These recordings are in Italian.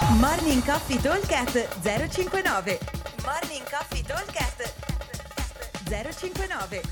Morning Coffee Talkcast 059. Morning Coffee Talkcast 059.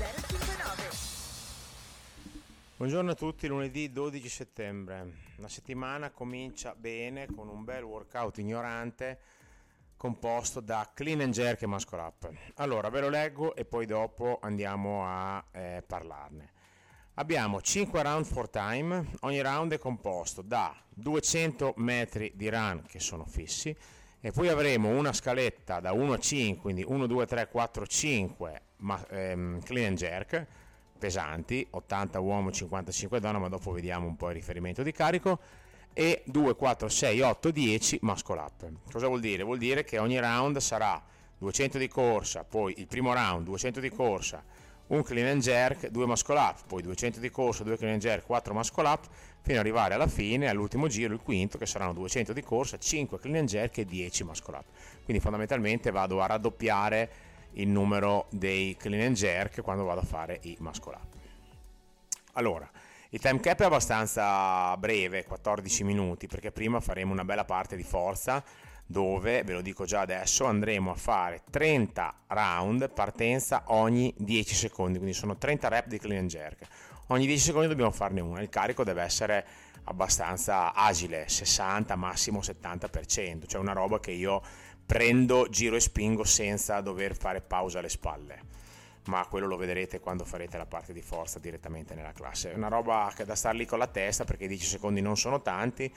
Buongiorno a tutti, lunedì 12 settembre. La settimana comincia bene con un bel workout ignorante composto da clean and jerk e muscle up. Allora ve lo leggo e poi dopo andiamo a parlarne. Abbiamo 5 round for time, ogni round è composto da 200 metri di run che sono fissi e poi avremo una scaletta da 1 a 5, quindi 1, 2, 3, 4, 5 clean and jerk pesanti, 80 uomo, 55 donna, ma dopo vediamo un po' il riferimento di carico, e 2, 4, 6, 8, 10 muscle up. Cosa vuol dire? Vuol dire che ogni round sarà 200 di corsa, poi il primo round 200 di corsa, un clean and jerk, 2 muscle up, poi 200 di corsa, 2 clean and jerk, 4 muscle up, fino ad arrivare alla fine, all'ultimo giro, il quinto, che saranno 200 di corsa, 5 clean and jerk e 10 muscle up. Quindi fondamentalmente vado a raddoppiare il numero dei clean and jerk quando vado a fare i muscle up. Allora, il time cap è abbastanza breve, 14 minuti, perché prima faremo una bella parte di forza dove, ve lo dico già adesso, andremo a fare 30 round partenza ogni 10 secondi, quindi sono 30 rep di clean and jerk. Ogni 10 secondi dobbiamo farne una, il carico deve essere abbastanza agile, 60 massimo 70%, cioè una roba che io prendo, giro e spingo senza dover fare pausa alle spalle, ma quello lo vedrete quando farete la parte di forza direttamente nella classe. È una roba che da star lì con la testa, perché i 10 secondi non sono tanti,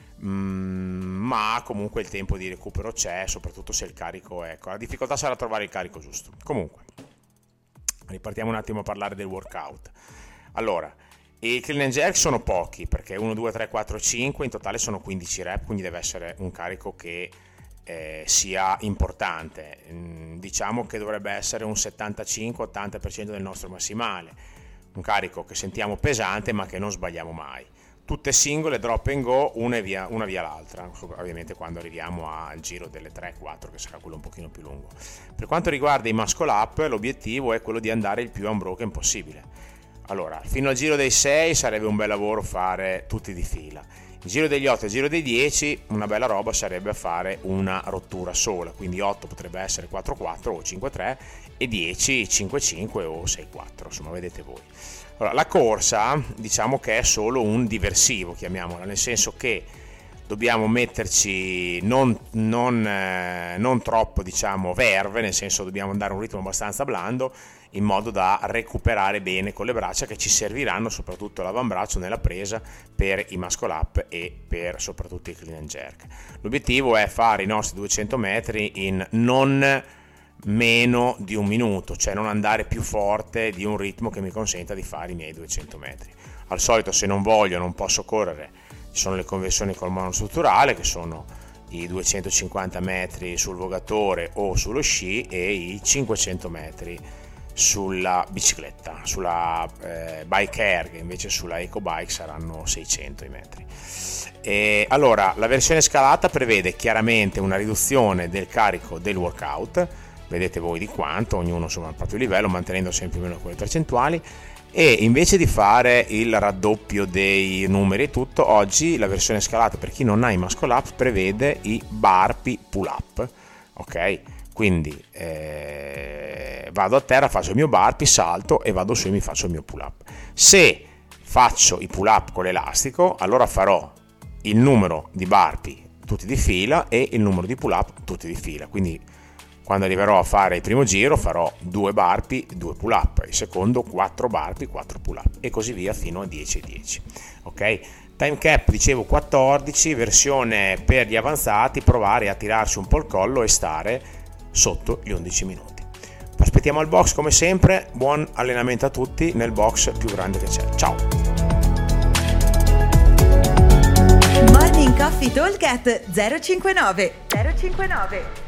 ma comunque il tempo di recupero c'è, soprattutto se il carico, ecco, la difficoltà sarà trovare il carico giusto. Comunque ripartiamo un attimo a parlare del workout. Allora, i clean and jerk sono pochi, perché 1, 2, 3, 4, 5 in totale sono 15 rep, quindi deve essere un carico che sia importante. Diciamo che dovrebbe essere un 75-80% del nostro massimale, un carico che sentiamo pesante ma che non sbagliamo mai, tutte singole, drop and go, una via l'altra, ovviamente quando arriviamo al giro delle 3-4, che sarà quello un pochino più lungo. Per quanto riguarda i muscle up, l'obiettivo è quello di andare il più unbroken possibile. Allora, fino al giro dei 6 sarebbe un bel lavoro fare tutti di fila. Il giro degli 8 e il giro dei 10, una bella roba sarebbe fare una rottura sola, quindi 8 potrebbe essere 4-4 o 5-3 e 10 5-5 o 6-4, insomma vedete voi. Allora, la corsa diciamo che è solo un diversivo, chiamiamola, nel senso che dobbiamo metterci non troppo, diciamo, verve, nel senso dobbiamo andare a un ritmo abbastanza blando in modo da recuperare bene con le braccia, che ci serviranno soprattutto l'avambraccio nella presa per i muscle up e per soprattutto i clean and jerk. L'obiettivo è fare i nostri 200 metri in non meno di un minuto, cioè non andare più forte di un ritmo che mi consenta di fare i miei 200 metri. Al solito, se non voglio, non posso correre, ci sono le conversioni col monostrutturale, che sono i 250 metri sul vogatore o sullo sci e i 500 metri sulla bicicletta, sulla bike air, che invece sulla eco bike saranno 600 i metri. E allora, la versione scalata prevede chiaramente una riduzione del carico del workout, vedete voi di quanto, ognuno insomma al proprio livello, mantenendo sempre meno quelle percentuali, e invece di fare il raddoppio dei numeri e tutto, oggi la versione scalata per chi non ha i muscle up prevede i burpee pull up, ok? Quindi vado a terra, faccio il mio burpee, salto e vado su e mi faccio il mio pull up. Se faccio i pull up con l'elastico, allora farò il numero di burpee tutti di fila e il numero di pull up tutti di fila, quindi quando arriverò a fare il primo giro farò 2 burpee, 2 pull up, il secondo 4 burpee, 4 pull up e così via fino a 10 e 10. Ok? Time cap dicevo 14, versione per gli avanzati, provare a tirarsi un po' il collo e stare sotto gli 11 minuti. Aspettiamo al box come sempre, buon allenamento a tutti nel box più grande che c'è. Ciao! Morning Coffee Talk 059.